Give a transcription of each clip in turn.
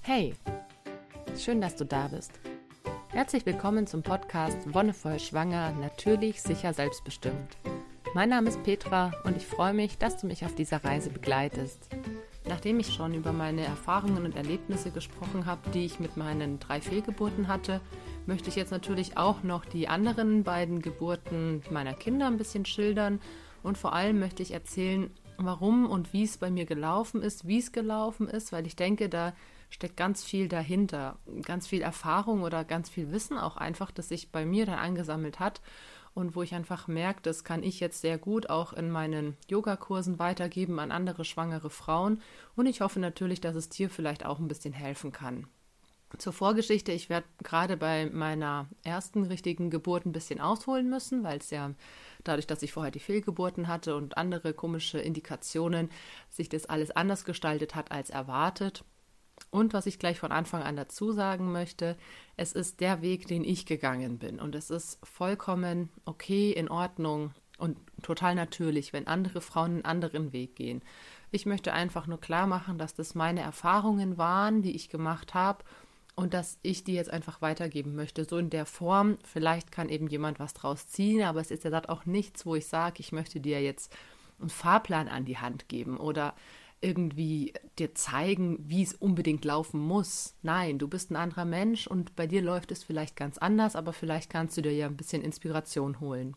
Hey, schön, dass du da bist. Herzlich willkommen zum Podcast Wonnevoll Schwanger, natürlich, sicher, selbstbestimmt. Mein Name ist Petra und ich freue mich, dass du mich auf dieser Reise begleitest. Nachdem ich schon über meine Erfahrungen und Erlebnisse gesprochen habe, die ich mit meinen 3 Fehlgeburten hatte, möchte ich jetzt natürlich auch noch die anderen beiden Geburten meiner Kinder ein bisschen schildern und vor allem möchte ich erzählen, warum und wie es bei mir gelaufen ist, weil ich denke, da steckt ganz viel dahinter, ganz viel Erfahrung oder ganz viel Wissen auch einfach, das sich bei mir dann angesammelt hat und wo ich einfach merke, das kann ich jetzt sehr gut auch in meinen Yogakursen weitergeben an andere schwangere Frauen und ich hoffe natürlich, dass es dir vielleicht auch ein bisschen helfen kann. Zur Vorgeschichte, ich werde gerade bei meiner ersten richtigen Geburt ein bisschen ausholen müssen, weil es ja dadurch, dass ich vorher die Fehlgeburten hatte und andere komische Indikationen, sich das alles anders gestaltet hat als erwartet. Und was ich gleich von Anfang an dazu sagen möchte, es ist der Weg, den ich gegangen bin. Und es ist vollkommen okay, in Ordnung und total natürlich, wenn andere Frauen einen anderen Weg gehen. Ich möchte einfach nur klar machen, dass das meine Erfahrungen waren, die ich gemacht habe und dass ich die jetzt einfach weitergeben möchte. So in der Form, vielleicht kann eben jemand was draus ziehen, aber es ist ja auch nichts, wo ich sage, ich möchte dir jetzt einen Fahrplan an die Hand geben oder irgendwie dir zeigen, wie es unbedingt laufen muss. Nein, du bist ein anderer Mensch und bei dir läuft es vielleicht ganz anders, aber vielleicht kannst du dir ja ein bisschen Inspiration holen.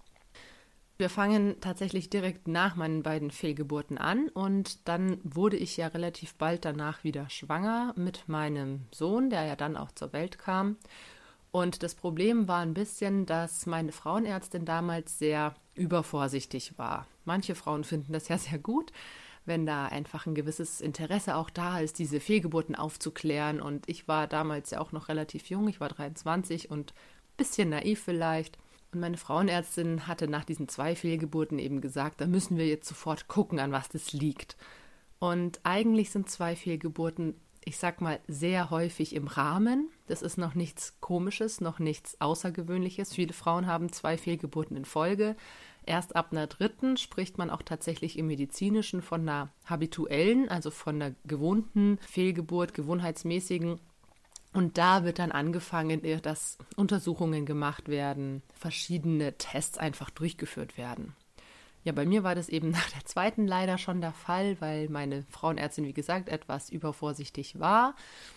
Wir fangen tatsächlich direkt nach meinen beiden Fehlgeburten an und dann wurde ich ja relativ bald danach wieder schwanger mit meinem Sohn, der ja dann auch zur Welt kam. Und das Problem war ein bisschen, dass meine Frauenärztin damals sehr übervorsichtig war. Manche Frauen finden das ja sehr gut, wenn da einfach ein gewisses Interesse auch da ist, diese Fehlgeburten aufzuklären. Und ich war damals ja auch noch relativ jung, ich war 23 und ein bisschen naiv vielleicht. Und meine Frauenärztin hatte nach diesen 2 Fehlgeburten eben gesagt, da müssen wir jetzt sofort gucken, an was das liegt. Und eigentlich sind 2 Fehlgeburten, ich sag mal, sehr häufig im Rahmen. Das ist noch nichts Komisches, noch nichts Außergewöhnliches. Viele Frauen haben 2 Fehlgeburten in Folge. Erst ab einer 3. spricht man auch tatsächlich im Medizinischen von einer habituellen, also von einer gewohnten Fehlgeburt, gewohnheitsmäßigen. Und da wird dann angefangen, dass Untersuchungen gemacht werden, verschiedene Tests einfach durchgeführt werden. Ja, bei mir war das eben nach der 2. leider schon der Fall, weil meine Frauenärztin, wie gesagt, etwas übervorsichtig war.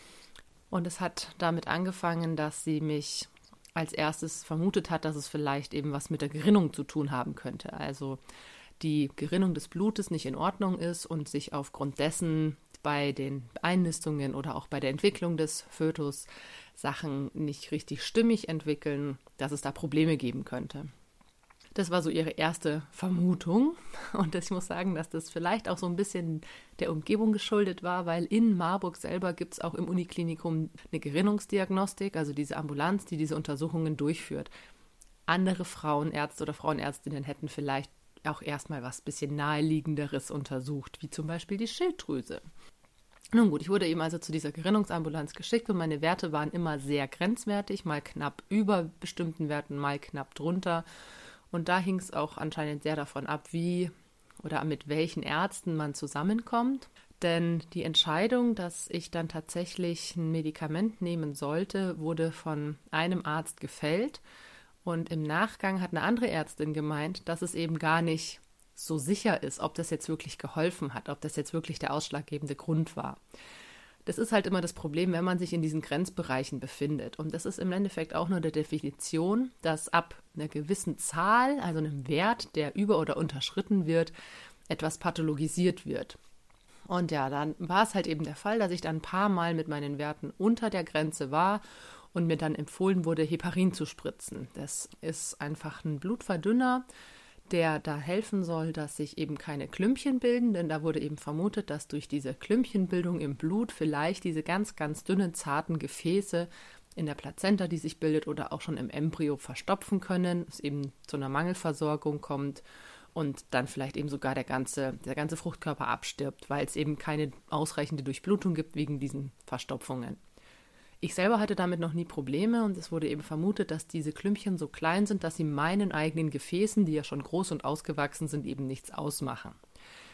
Und es hat damit angefangen, dass sie mich als erstes vermutet hat, dass es vielleicht eben was mit der Gerinnung zu tun haben könnte. Also die Gerinnung des Blutes nicht in Ordnung ist und sich aufgrund dessen bei den Einnistungen oder auch bei der Entwicklung des Fötus Sachen nicht richtig stimmig entwickeln, dass es da Probleme geben könnte. Das war so ihre erste Vermutung und ich muss sagen, dass das vielleicht auch so ein bisschen der Umgebung geschuldet war, weil in Marburg selber gibt es auch im Uniklinikum eine Gerinnungsdiagnostik, also diese Ambulanz, die diese Untersuchungen durchführt. Andere Frauenärzte oder Frauenärztinnen hätten vielleicht auch erstmal was bisschen naheliegenderes untersucht, wie zum Beispiel die Schilddrüse. Nun gut, ich wurde eben also zu dieser Gerinnungsambulanz geschickt und meine Werte waren immer sehr grenzwertig, mal knapp über bestimmten Werten, mal knapp drunter. Und da hing es auch anscheinend sehr davon ab, wie oder mit welchen Ärzten man zusammenkommt. Denn die Entscheidung, dass ich dann tatsächlich ein Medikament nehmen sollte, wurde von einem Arzt gefällt. Und im Nachgang hat eine andere Ärztin gemeint, dass es eben gar nicht so sicher ist, ob das jetzt wirklich geholfen hat, ob das jetzt wirklich der ausschlaggebende Grund war. Das ist halt immer das Problem, wenn man sich in diesen Grenzbereichen befindet. Und das ist im Endeffekt auch nur der Definition, dass ab einer gewissen Zahl, also einem Wert, der über- oder unterschritten wird, etwas pathologisiert wird. Und ja, dann war es halt eben der Fall, dass ich dann ein paar Mal mit meinen Werten unter der Grenze war und mir dann empfohlen wurde, Heparin zu spritzen. Das ist einfach ein Blutverdünner, der da helfen soll, dass sich eben keine Klümpchen bilden, denn da wurde eben vermutet, dass durch diese Klümpchenbildung im Blut vielleicht diese ganz, ganz dünnen, zarten Gefäße in der Plazenta, die sich bildet oder auch schon im Embryo verstopfen können, es eben zu einer Mangelversorgung kommt und dann vielleicht eben sogar der ganze Fruchtkörper abstirbt, weil es eben keine ausreichende Durchblutung gibt wegen diesen Verstopfungen. Ich selber hatte damit noch nie Probleme und es wurde eben vermutet, dass diese Klümpchen so klein sind, dass sie meinen eigenen Gefäßen, die ja schon groß und ausgewachsen sind, eben nichts ausmachen.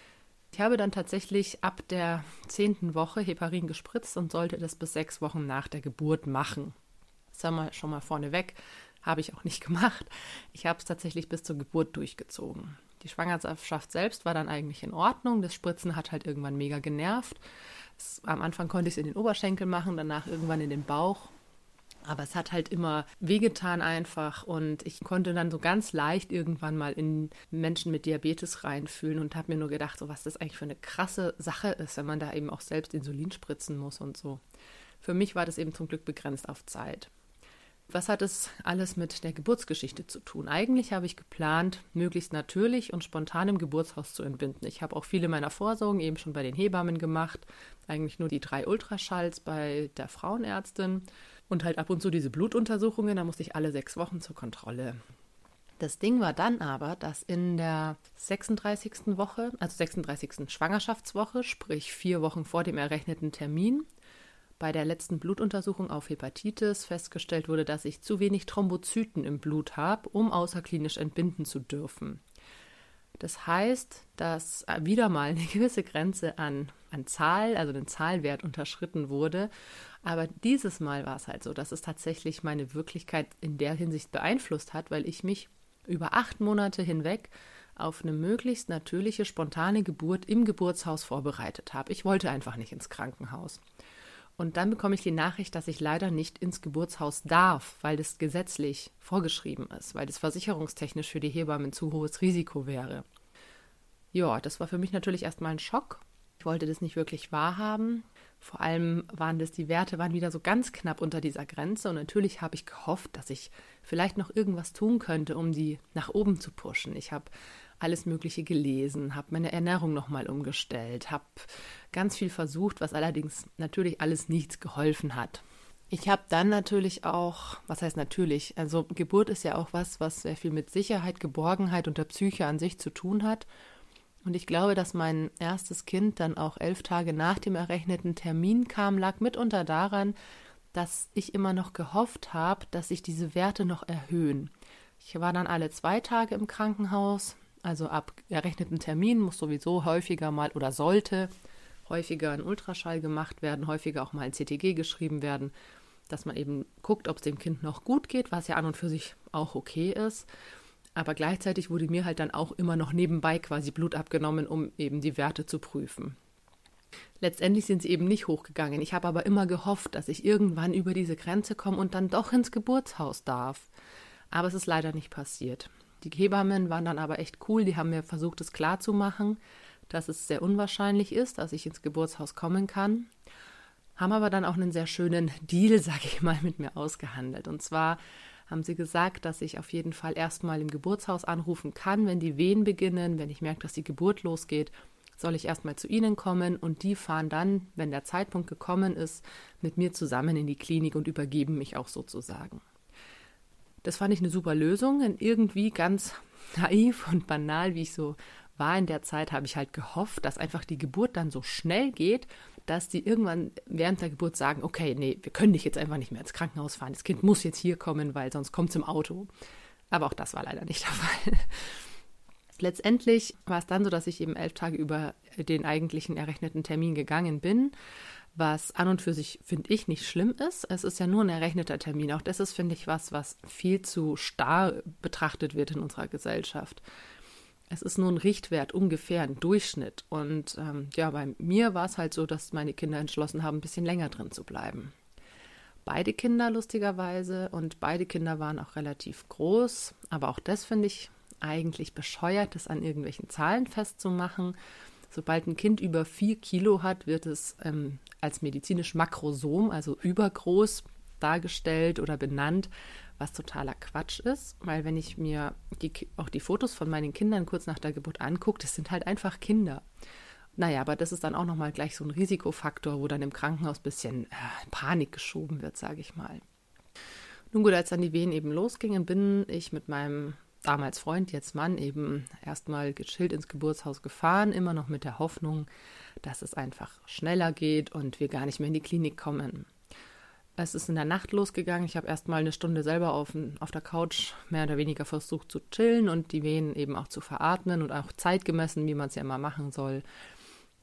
Ich habe dann tatsächlich ab der 10. Woche Heparin gespritzt und sollte das bis 6 Wochen nach der Geburt machen. Das haben wir schon mal vorneweg, habe ich auch nicht gemacht. Ich habe es tatsächlich bis zur Geburt durchgezogen. Die Schwangerschaft selbst war dann eigentlich in Ordnung. Das Spritzen hat halt irgendwann mega genervt. Am Anfang konnte ich es in den Oberschenkel machen, danach irgendwann in den Bauch. Aber es hat halt immer wehgetan einfach und ich konnte dann so ganz leicht irgendwann mal in Menschen mit Diabetes reinfühlen und habe mir nur gedacht, so was das eigentlich für eine krasse Sache ist, wenn man da eben auch selbst Insulin spritzen muss und so. Für mich war das eben zum Glück begrenzt auf Zeit. Was hat es alles mit der Geburtsgeschichte zu tun? Eigentlich habe ich geplant, möglichst natürlich und spontan im Geburtshaus zu entbinden. Ich habe auch viele meiner Vorsorgen eben schon bei den Hebammen gemacht, eigentlich nur die 3 Ultraschalls bei der Frauenärztin und halt ab und zu diese Blutuntersuchungen, da musste ich alle 6 Wochen zur Kontrolle. Das Ding war dann aber, dass in der 36. Woche, also 36. Schwangerschaftswoche, sprich 4 Wochen vor dem errechneten Termin, bei der letzten Blutuntersuchung auf Hepatitis festgestellt wurde, dass ich zu wenig Thrombozyten im Blut habe, um außerklinisch entbinden zu dürfen. Das heißt, dass wieder mal eine gewisse Grenze an Zahl, also den Zahlwert unterschritten wurde. Aber dieses Mal war es halt so, dass es tatsächlich meine Wirklichkeit in der Hinsicht beeinflusst hat, weil ich mich über 8 Monate hinweg auf eine möglichst natürliche, spontane Geburt im Geburtshaus vorbereitet habe. Ich wollte einfach nicht ins Krankenhaus. Und dann bekomme ich die Nachricht, dass ich leider nicht ins Geburtshaus darf, weil das gesetzlich vorgeschrieben ist, weil das versicherungstechnisch für die Hebammen zu hohes Risiko wäre. Ja, das war für mich natürlich erstmal ein Schock. Ich wollte das nicht wirklich wahrhaben. Vor allem die Werte waren wieder so ganz knapp unter dieser Grenze und natürlich habe ich gehofft, dass ich vielleicht noch irgendwas tun könnte, um die nach oben zu pushen. Ich habe alles Mögliche gelesen, habe meine Ernährung nochmal umgestellt, habe ganz viel versucht, was allerdings natürlich alles nichts geholfen hat. Ich habe dann natürlich auch, was heißt natürlich, also Geburt ist ja auch was sehr viel mit Sicherheit, Geborgenheit und der Psyche an sich zu tun hat. Und ich glaube, dass mein erstes Kind dann auch 11 Tage nach dem errechneten Termin kam, lag mitunter daran, dass ich immer noch gehofft habe, dass sich diese Werte noch erhöhen. Ich war dann alle 2 Tage im Krankenhaus, also ab errechneten Termin muss sowieso häufiger mal oder sollte häufiger ein Ultraschall gemacht werden, häufiger auch mal ein CTG geschrieben werden, dass man eben guckt, ob es dem Kind noch gut geht, was ja an und für sich auch okay ist. Aber gleichzeitig wurde mir halt dann auch immer noch nebenbei quasi Blut abgenommen, um eben die Werte zu prüfen. Letztendlich sind sie eben nicht hochgegangen. Ich habe aber immer gehofft, dass ich irgendwann über diese Grenze komme und dann doch ins Geburtshaus darf. Aber es ist leider nicht passiert. Die Hebammen waren dann aber echt cool. Die haben mir versucht, es klarzumachen, dass es sehr unwahrscheinlich ist, dass ich ins Geburtshaus kommen kann. Haben aber dann auch einen sehr schönen Deal, sage ich mal, mit mir ausgehandelt. Und zwar haben sie gesagt, dass ich auf jeden Fall erstmal im Geburtshaus anrufen kann, wenn die Wehen beginnen, wenn ich merke, dass die Geburt losgeht, soll ich erstmal zu ihnen kommen und die fahren dann, wenn der Zeitpunkt gekommen ist, mit mir zusammen in die Klinik und übergeben mich auch sozusagen. Das fand ich eine super Lösung, denn irgendwie ganz naiv und banal, wie ich so war in der Zeit, habe ich halt gehofft, dass einfach die Geburt dann so schnell geht, dass die irgendwann während der Geburt sagen, okay, nee, wir können dich jetzt einfach nicht mehr ins Krankenhaus fahren, das Kind muss jetzt hier kommen, weil sonst kommt es im Auto. Aber auch das war leider nicht der Fall. Letztendlich war es dann so, dass ich eben 11 Tage über den eigentlichen errechneten Termin gegangen bin, was an und für sich, finde ich, nicht schlimm ist. Es ist ja nur ein errechneter Termin. Auch das ist, finde ich, was viel zu starr betrachtet wird in unserer Gesellschaft. Es ist nur ein Richtwert, ungefähr ein Durchschnitt. Und bei mir war es halt so, dass meine Kinder entschlossen haben, ein bisschen länger drin zu bleiben. Beide Kinder lustigerweise und beide Kinder waren auch relativ groß. Aber auch das finde ich eigentlich bescheuert, das an irgendwelchen Zahlen festzumachen. Sobald ein Kind über 4 Kilo hat, wird es als medizinisch Makrosom, also übergroß, dargestellt oder benannt, was totaler Quatsch ist, weil wenn ich mir auch die Fotos von meinen Kindern kurz nach der Geburt angucke, das sind halt einfach Kinder. Naja, aber das ist dann auch nochmal gleich so ein Risikofaktor, wo dann im Krankenhaus ein bisschen Panik geschoben wird, sage ich mal. Nun gut, als dann die Wehen eben losgingen, bin ich mit meinem damals Freund, jetzt Mann, eben erstmal gechillt ins Geburtshaus gefahren, immer noch mit der Hoffnung, dass es einfach schneller geht und wir gar nicht mehr in die Klinik kommen. Es ist in der Nacht losgegangen. Ich habe erstmal eine Stunde selber auf der Couch mehr oder weniger versucht zu chillen und die Wehen eben auch zu veratmen und auch zeitgemessen, wie man es ja immer machen soll.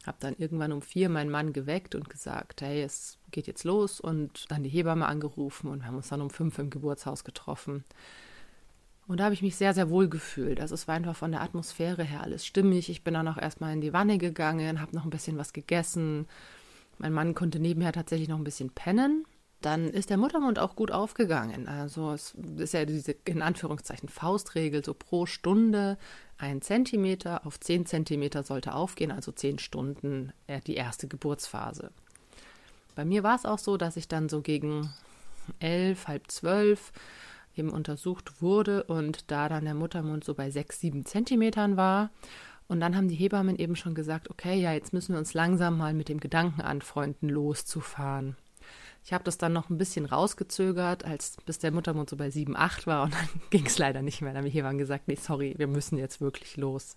Habe dann irgendwann um 4 meinen Mann geweckt und gesagt, hey, es geht jetzt los, und dann die Hebamme angerufen und wir haben uns dann um 5 im Geburtshaus getroffen. Und da habe ich mich sehr, sehr wohl gefühlt. Also es war einfach von der Atmosphäre her alles stimmig. Ich bin dann auch erstmal in die Wanne gegangen, habe noch ein bisschen was gegessen. Mein Mann konnte nebenher tatsächlich noch ein bisschen pennen. Dann ist der Muttermund auch gut aufgegangen. Also es ist ja diese, in Anführungszeichen, Faustregel, so pro Stunde 1 Zentimeter auf 10 Zentimeter sollte aufgehen, also 10 Stunden die erste Geburtsphase. Bei mir war es auch so, dass ich dann so gegen 11, halb 12 eben untersucht wurde und da dann der Muttermund so bei 6, 7 Zentimetern war. Und dann haben die Hebammen eben schon gesagt, okay, ja, jetzt müssen wir uns langsam mal mit dem Gedanken anfreunden, loszufahren. Ich habe das dann noch ein bisschen rausgezögert, bis der Muttermund so bei 7, 8 war, und dann ging es leider nicht mehr. Dann haben die Hebammen gesagt, nee, sorry, wir müssen jetzt wirklich los.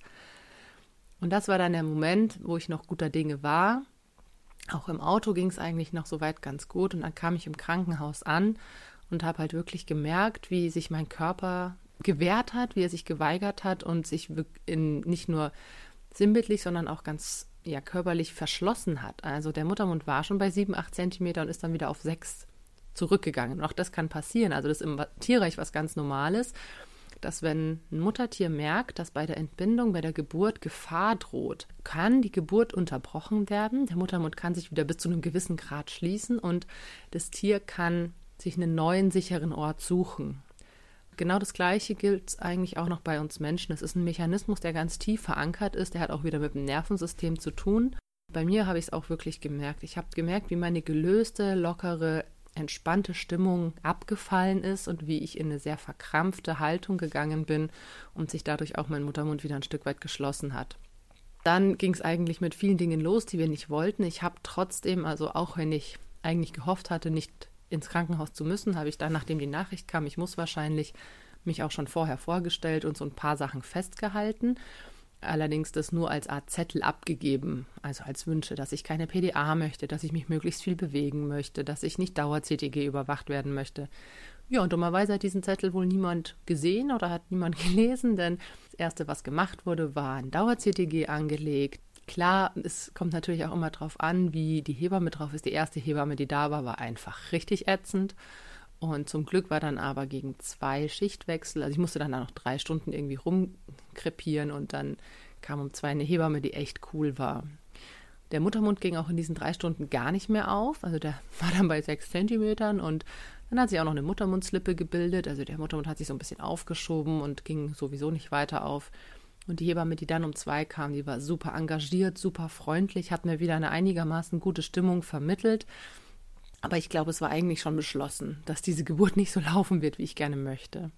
Und das war dann der Moment, wo ich noch guter Dinge war. Auch im Auto ging es eigentlich noch soweit ganz gut, und dann kam ich im Krankenhaus an und habe halt wirklich gemerkt, wie sich mein Körper gewehrt hat, wie er sich geweigert hat und sich nicht nur sinnbildlich, sondern auch ganz körperlich verschlossen hat. Also der Muttermund war schon bei 7, 8 Zentimeter und ist dann wieder auf 6 zurückgegangen. Und auch das kann passieren. Also das ist im Tierreich was ganz Normales, dass wenn ein Muttertier merkt, dass bei der Entbindung, bei der Geburt Gefahr droht, kann die Geburt unterbrochen werden. Der Muttermund kann sich wieder bis zu einem gewissen Grad schließen und das Tier kann sich einen neuen, sicheren Ort suchen. Genau das Gleiche gilt eigentlich auch noch bei uns Menschen. Es ist ein Mechanismus, der ganz tief verankert ist. Der hat auch wieder mit dem Nervensystem zu tun. Bei mir habe ich es auch wirklich gemerkt. Ich habe gemerkt, wie meine gelöste, lockere, entspannte Stimmung abgefallen ist und wie ich in eine sehr verkrampfte Haltung gegangen bin und sich dadurch auch mein Muttermund wieder ein Stück weit geschlossen hat. Dann ging es eigentlich mit vielen Dingen los, die wir nicht wollten. Ich habe trotzdem, also auch wenn ich eigentlich gehofft hatte, nicht ins Krankenhaus zu müssen, habe ich dann, nachdem die Nachricht kam, ich muss wahrscheinlich, mich auch schon vorher vorgestellt und so ein paar Sachen festgehalten. Allerdings das nur als Art Zettel abgegeben, also als Wünsche, dass ich keine PDA möchte, dass ich mich möglichst viel bewegen möchte, dass ich nicht Dauer-CTG überwacht werden möchte. Ja, und dummerweise hat diesen Zettel wohl niemand gesehen oder hat niemand gelesen, denn das Erste, was gemacht wurde, war ein Dauer-CTG angelegt. Klar, es kommt natürlich auch immer drauf an, wie die Hebamme drauf ist. Die erste Hebamme, die da war, war einfach richtig ätzend. Und zum Glück war dann aber gegen 2 Schichtwechsel, also ich musste dann noch 3 Stunden irgendwie rumkrepieren und dann kam um 2 eine Hebamme, die echt cool war. Der Muttermund ging auch in diesen 3 Stunden gar nicht mehr auf, also der war dann bei 6 Zentimetern und dann hat sich auch noch eine Muttermundslippe gebildet, also der Muttermund hat sich so ein bisschen aufgeschoben und ging sowieso nicht weiter auf. Und die Hebamme, die dann um 2 kam, die war super engagiert, super freundlich, hat mir wieder eine einigermaßen gute Stimmung vermittelt. Aber ich glaube, es war eigentlich schon beschlossen, dass diese Geburt nicht so laufen wird, wie ich gerne möchte.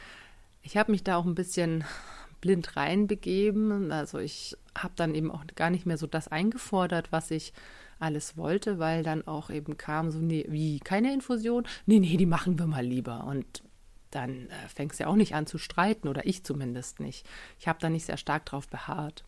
Ich habe mich da auch ein bisschen blind reinbegeben. Also ich habe dann eben auch gar nicht mehr so das eingefordert, was ich alles wollte, weil dann auch eben kam so, nee, wie, keine Infusion? Nee, die machen wir mal lieber. Und dann fängst du ja auch nicht an zu streiten, oder ich zumindest nicht. Ich habe da nicht sehr stark drauf beharrt.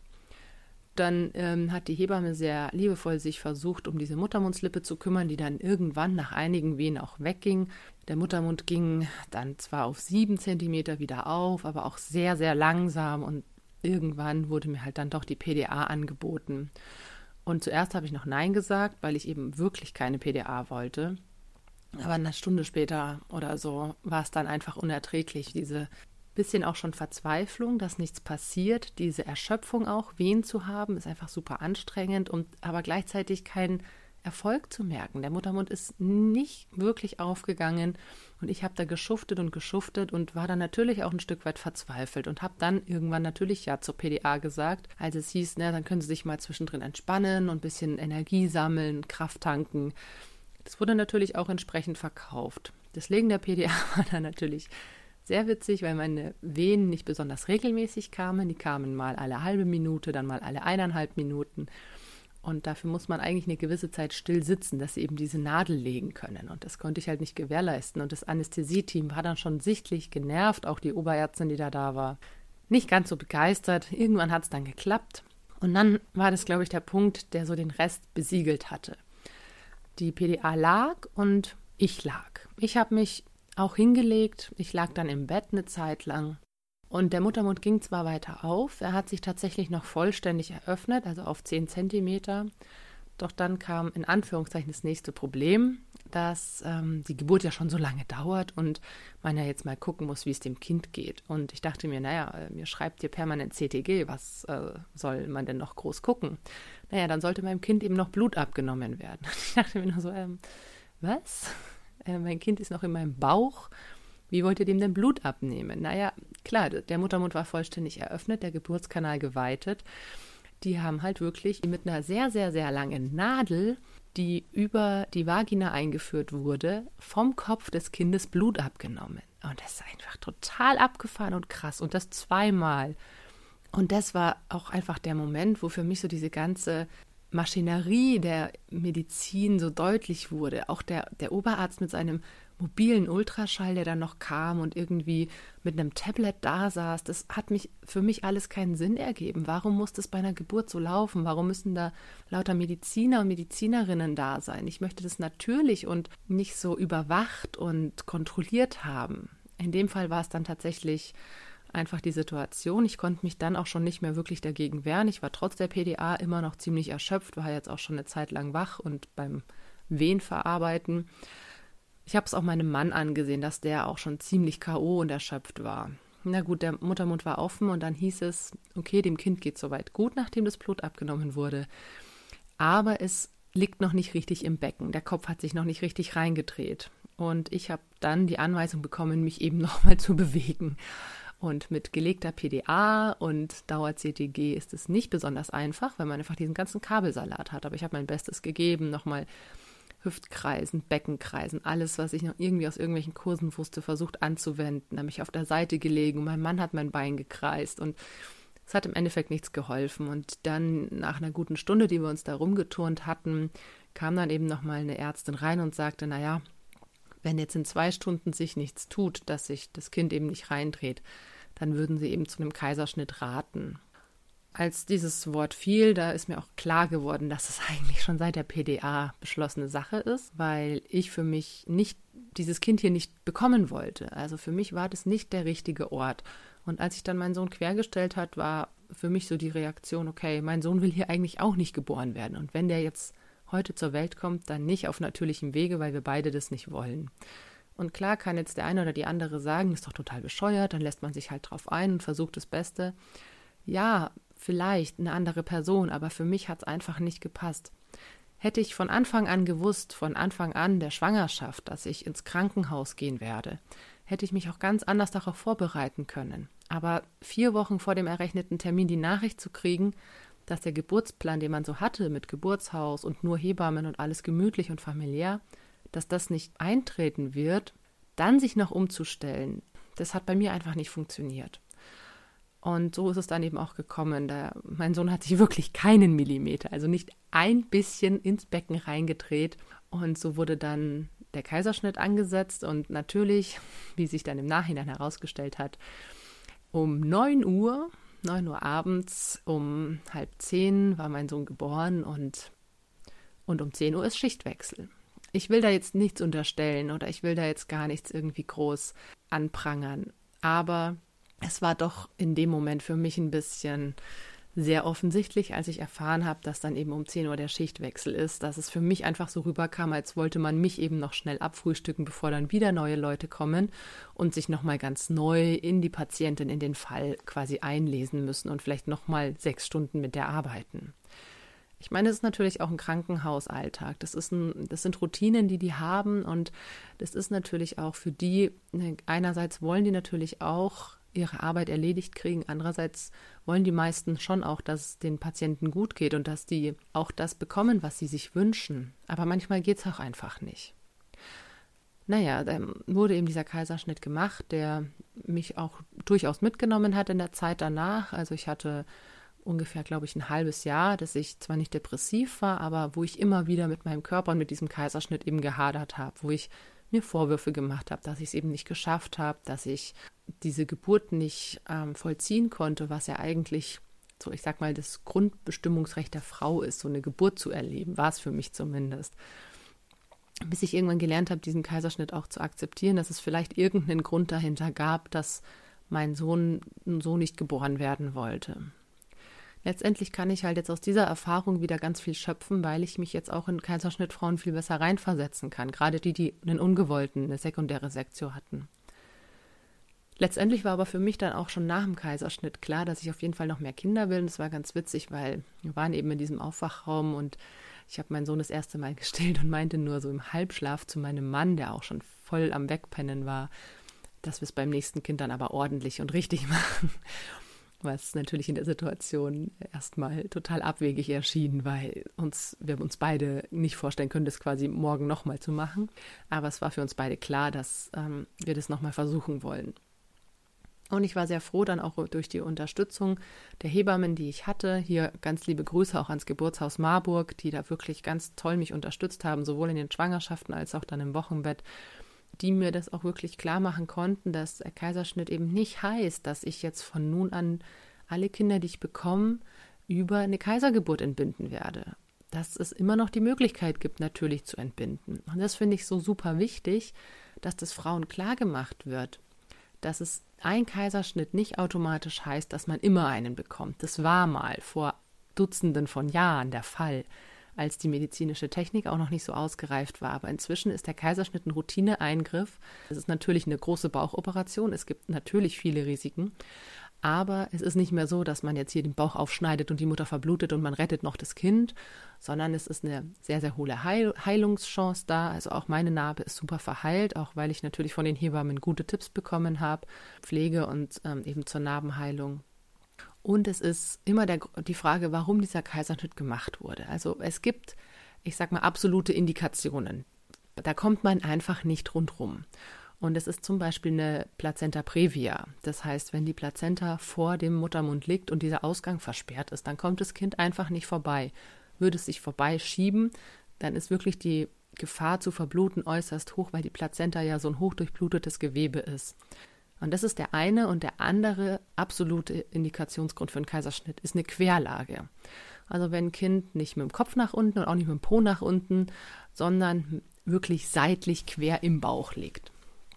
Dann hat die Hebamme sehr liebevoll sich versucht, um diese Muttermundslippe zu kümmern, die dann irgendwann nach einigen Wehen auch wegging. Der Muttermund ging dann zwar auf 7 Zentimeter wieder auf, aber auch sehr, sehr langsam, und irgendwann wurde mir halt dann doch die PDA angeboten. Und zuerst habe ich noch Nein gesagt, weil ich eben wirklich keine PDA wollte. Aber eine Stunde später oder so war es dann einfach unerträglich, diese bisschen auch schon Verzweiflung, dass nichts passiert, diese Erschöpfung auch, Wehen zu haben, ist einfach super anstrengend, und aber gleichzeitig keinen Erfolg zu merken. Der Muttermund ist nicht wirklich aufgegangen und ich habe da geschuftet und war dann natürlich auch ein Stück weit verzweifelt und habe dann irgendwann natürlich ja zur PDA gesagt, als es hieß, dann können Sie sich mal zwischendrin entspannen und ein bisschen Energie sammeln, Kraft tanken. Das wurde natürlich auch entsprechend verkauft. Das Legen der PDA war dann natürlich sehr witzig, weil meine Wehen nicht besonders regelmäßig kamen. Die kamen mal alle halbe Minute, dann mal alle 1,5 Minuten. Und dafür muss man eigentlich eine gewisse Zeit still sitzen, dass sie eben diese Nadel legen können. Und das konnte ich halt nicht gewährleisten. Und das Anästhesieteam war dann schon sichtlich genervt, auch die Oberärztin, die da war. Nicht ganz so begeistert. Irgendwann hat es dann geklappt. Und dann war das, glaube ich, der Punkt, der so den Rest besiegelt hatte. Die PDA lag und ich lag. Ich habe mich auch hingelegt. Ich lag dann im Bett eine Zeit lang Und der Muttermund ging zwar weiter auf, er hat sich tatsächlich noch vollständig eröffnet, also auf 10 Zentimeter. Doch dann kam in Anführungszeichen das nächste Problem, dass die Geburt ja schon so lange dauert und man ja jetzt mal gucken muss, wie es dem Kind geht. Und ich dachte mir, mir schreibt hier permanent CTG, was soll man denn noch groß gucken? Dann sollte meinem Kind eben noch Blut abgenommen werden. Ich dachte mir nur so, was? Mein Kind ist noch in meinem Bauch. Wie wollt ihr dem denn Blut abnehmen? Klar, der Muttermund war vollständig eröffnet, der Geburtskanal geweitet. Die haben halt wirklich mit einer sehr, sehr, sehr langen Nadel, die über die Vagina eingeführt wurde, vom Kopf des Kindes Blut abgenommen. Und das ist einfach total abgefahren und krass. Und das 2-mal. Und das war auch einfach der Moment, wo für mich so diese ganze Maschinerie der Medizin so deutlich wurde. Auch der Oberarzt mit seinem mobilen Ultraschall, der dann noch kam und irgendwie mit einem Tablet da saß, das hat für mich alles keinen Sinn ergeben. Warum muss das bei einer Geburt so laufen? Warum müssen da lauter Mediziner und Medizinerinnen da sein? Ich möchte das natürlich und nicht so überwacht und kontrolliert haben. In dem Fall war es dann tatsächlich einfach die Situation. Ich konnte mich dann auch schon nicht mehr wirklich dagegen wehren. Ich war trotz der PDA immer noch ziemlich erschöpft, war jetzt auch schon eine Zeit lang wach und beim Wehen verarbeiten. Ich habe es auch meinem Mann angesehen, dass der auch schon ziemlich K.O. und erschöpft war. Na gut, der Muttermund war offen und dann hieß es, okay, dem Kind geht soweit gut, nachdem das Blut abgenommen wurde. Aber es liegt noch nicht richtig im Becken. Der Kopf hat sich noch nicht richtig reingedreht. Und ich habe dann die Anweisung bekommen, mich eben nochmal zu bewegen. Und mit gelegter PDA und Dauer-CTG ist es nicht besonders einfach, weil man einfach diesen ganzen Kabelsalat hat. Aber ich habe mein Bestes gegeben, nochmal Hüftkreisen, Beckenkreisen, alles, was ich noch irgendwie aus irgendwelchen Kursen wusste, versucht anzuwenden. Habe mich auf der Seite gelegen und mein Mann hat mein Bein gekreist und es hat im Endeffekt nichts geholfen. Und dann nach einer guten Stunde, die wir uns da rumgeturnt hatten, kam dann eben nochmal eine Ärztin rein und sagte, wenn jetzt in 2 Stunden sich nichts tut, dass sich das Kind eben nicht reindreht, dann würden sie eben zu einem Kaiserschnitt raten. Als dieses Wort fiel, da ist mir auch klar geworden, dass es eigentlich schon seit der PDA beschlossene Sache ist, weil ich für mich dieses Kind hier nicht bekommen wollte. Also für mich war das nicht der richtige Ort. Und als sich dann mein Sohn quergestellt hat, war für mich so die Reaktion, okay, mein Sohn will hier eigentlich auch nicht geboren werden. Und wenn der jetzt heute zur Welt kommt, dann nicht auf natürlichem Wege, weil wir beide das nicht wollen. Und klar kann jetzt der eine oder die andere sagen, ist doch total bescheuert, dann lässt man sich halt drauf ein und versucht das Beste. Ja, vielleicht eine andere Person, aber für mich hat es einfach nicht gepasst. Hätte ich von Anfang an gewusst, von Anfang an der Schwangerschaft, dass ich ins Krankenhaus gehen werde, hätte ich mich auch ganz anders darauf vorbereiten können. Aber 4 Wochen vor dem errechneten Termin die Nachricht zu kriegen, dass der Geburtsplan, den man so hatte, mit Geburtshaus und nur Hebammen und alles gemütlich und familiär, dass das nicht eintreten wird, dann sich noch umzustellen, das hat bei mir einfach nicht funktioniert. Und so ist es dann eben auch gekommen. Mein Sohn hat sich wirklich keinen Millimeter, also nicht ein bisschen ins Becken reingedreht. Und so wurde dann der Kaiserschnitt angesetzt. Und natürlich, wie sich dann im Nachhinein herausgestellt hat, um 9 Uhr abends, um 9:30 war mein Sohn geboren und um 10 Uhr ist Schichtwechsel. Ich will da jetzt nichts unterstellen oder ich will da jetzt gar nichts irgendwie groß anprangern. Aber es war doch in dem Moment für mich ein bisschen sehr offensichtlich, als ich erfahren habe, dass dann eben um 10 Uhr der Schichtwechsel ist, dass es für mich einfach so rüberkam, als wollte man mich eben noch schnell abfrühstücken, bevor dann wieder neue Leute kommen und sich nochmal ganz neu in die Patientin, in den Fall quasi einlesen müssen und vielleicht nochmal 6 Stunden mit der arbeiten. Ich meine, das ist natürlich auch ein Krankenhausalltag. Das sind Routinen, die haben und das ist natürlich auch für die, einerseits wollen die natürlich auch ihre Arbeit erledigt kriegen, andererseits wollen die meisten schon auch, dass es den Patienten gut geht und dass die auch das bekommen, was sie sich wünschen. Aber manchmal geht es auch einfach nicht. Dann wurde eben dieser Kaiserschnitt gemacht, der mich auch durchaus mitgenommen hat in der Zeit danach. Also ich hatte ungefähr, glaube ich, ein halbes Jahr, dass ich zwar nicht depressiv war, aber wo ich immer wieder mit meinem Körper und mit diesem Kaiserschnitt eben gehadert habe, wo ich mir Vorwürfe gemacht habe, dass ich es eben nicht geschafft habe, dass ich diese Geburt nicht vollziehen konnte, was ja eigentlich so, ich sag mal, das Grundbestimmungsrecht der Frau ist, so eine Geburt zu erleben, war es für mich zumindest. Bis ich irgendwann gelernt habe, diesen Kaiserschnitt auch zu akzeptieren, dass es vielleicht irgendeinen Grund dahinter gab, dass mein Sohn so nicht geboren werden wollte. Letztendlich kann ich halt jetzt aus dieser Erfahrung wieder ganz viel schöpfen, weil ich mich jetzt auch in Kaiserschnittfrauen viel besser reinversetzen kann. Gerade die einen ungewollten, eine sekundäre Sektio hatten. Letztendlich war aber für mich dann auch schon nach dem Kaiserschnitt klar, dass ich auf jeden Fall noch mehr Kinder will. Und das war ganz witzig, weil wir waren eben in diesem Aufwachraum und ich habe meinen Sohn das erste Mal gestillt und meinte nur so im Halbschlaf zu meinem Mann, der auch schon voll am Wegpennen war, dass wir es beim nächsten Kind dann aber ordentlich und richtig machen. Was natürlich in der Situation erstmal total abwegig erschien, weil wir uns beide nicht vorstellen können, das quasi morgen nochmal zu machen. Aber es war für uns beide klar, dass wir das nochmal versuchen wollen. Und ich war sehr froh dann auch durch die Unterstützung der Hebammen, die ich hatte. Hier ganz liebe Grüße auch ans Geburtshaus Marburg, die da wirklich ganz toll mich unterstützt haben, sowohl in den Schwangerschaften als auch dann im Wochenbett, die mir das auch wirklich klar machen konnten, dass der Kaiserschnitt eben nicht heißt, dass ich jetzt von nun an alle Kinder, die ich bekomme, über eine Kaisergeburt entbinden werde. Dass es immer noch die Möglichkeit gibt, natürlich zu entbinden. Und das finde ich so super wichtig, dass das Frauen klar gemacht wird, dass es ein Kaiserschnitt nicht automatisch heißt, dass man immer einen bekommt. Das war mal vor Dutzenden von Jahren der Fall, als die medizinische Technik auch noch nicht so ausgereift war. Aber inzwischen ist der Kaiserschnitt ein Routineeingriff. Es ist natürlich eine große Bauchoperation. Es gibt natürlich viele Risiken. Aber es ist nicht mehr so, dass man jetzt hier den Bauch aufschneidet und die Mutter verblutet und man rettet noch das Kind, sondern es ist eine sehr, sehr hohe Heilungschance da. Also auch meine Narbe ist super verheilt, auch weil ich natürlich von den Hebammen gute Tipps bekommen habe, Pflege und eben zur Narbenheilung. Und es ist immer die Frage, warum dieser Kaiserschnitt gemacht wurde. Also es gibt, ich sag mal, absolute Indikationen. Da kommt man einfach nicht rundrum. Und es ist zum Beispiel eine Plazenta previa. Das heißt, wenn die Plazenta vor dem Muttermund liegt und dieser Ausgang versperrt ist, dann kommt das Kind einfach nicht vorbei. Würde es sich vorbeischieben, dann ist wirklich die Gefahr zu verbluten äußerst hoch, weil die Plazenta ja so ein hochdurchblutetes Gewebe ist. Und das ist der eine. Und der andere absolute Indikationsgrund für einen Kaiserschnitt ist eine Querlage. Also wenn ein Kind nicht mit dem Kopf nach unten und auch nicht mit dem Po nach unten, sondern wirklich seitlich quer im Bauch liegt.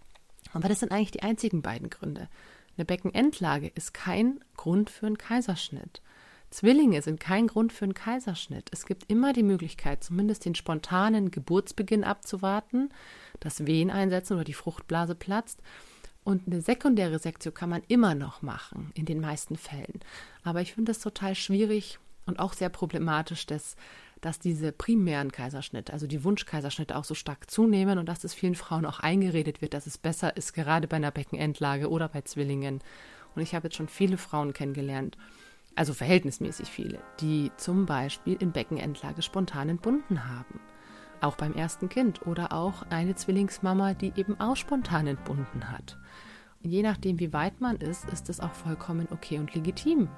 Aber das sind eigentlich die einzigen beiden Gründe. Eine Beckenendlage ist kein Grund für einen Kaiserschnitt. Zwillinge sind kein Grund für einen Kaiserschnitt. Es gibt immer die Möglichkeit, zumindest den spontanen Geburtsbeginn abzuwarten, dass Wehen einsetzen oder die Fruchtblase platzt. Und eine sekundäre Sektio kann man immer noch machen, in den meisten Fällen. Aber ich finde es total schwierig und auch sehr problematisch, dass diese primären Kaiserschnitte, also die Wunschkaiserschnitte auch so stark zunehmen und dass es vielen Frauen auch eingeredet wird, dass es besser ist, gerade bei einer Beckenendlage oder bei Zwillingen. Und ich habe jetzt schon viele Frauen kennengelernt, also verhältnismäßig viele, die zum Beispiel in Beckenendlage spontan entbunden haben. Auch beim ersten Kind oder auch eine Zwillingsmama, die eben auch spontan entbunden hat. Und je nachdem, wie weit man ist es auch vollkommen okay und legitim.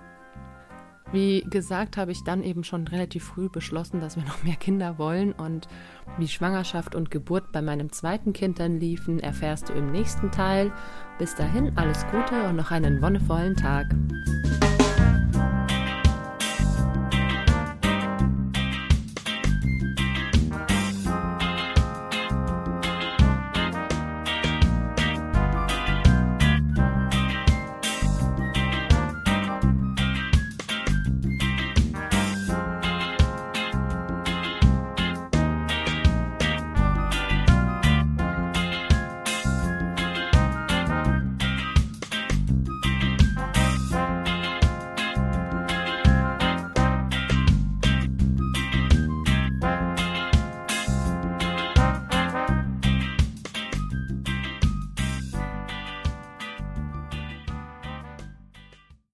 Wie gesagt, habe ich dann eben schon relativ früh beschlossen, dass wir noch mehr Kinder wollen. Und wie Schwangerschaft und Geburt bei meinem zweiten Kind dann liefen, erfährst du im nächsten Teil. Bis dahin alles Gute und noch einen wonnevollen Tag.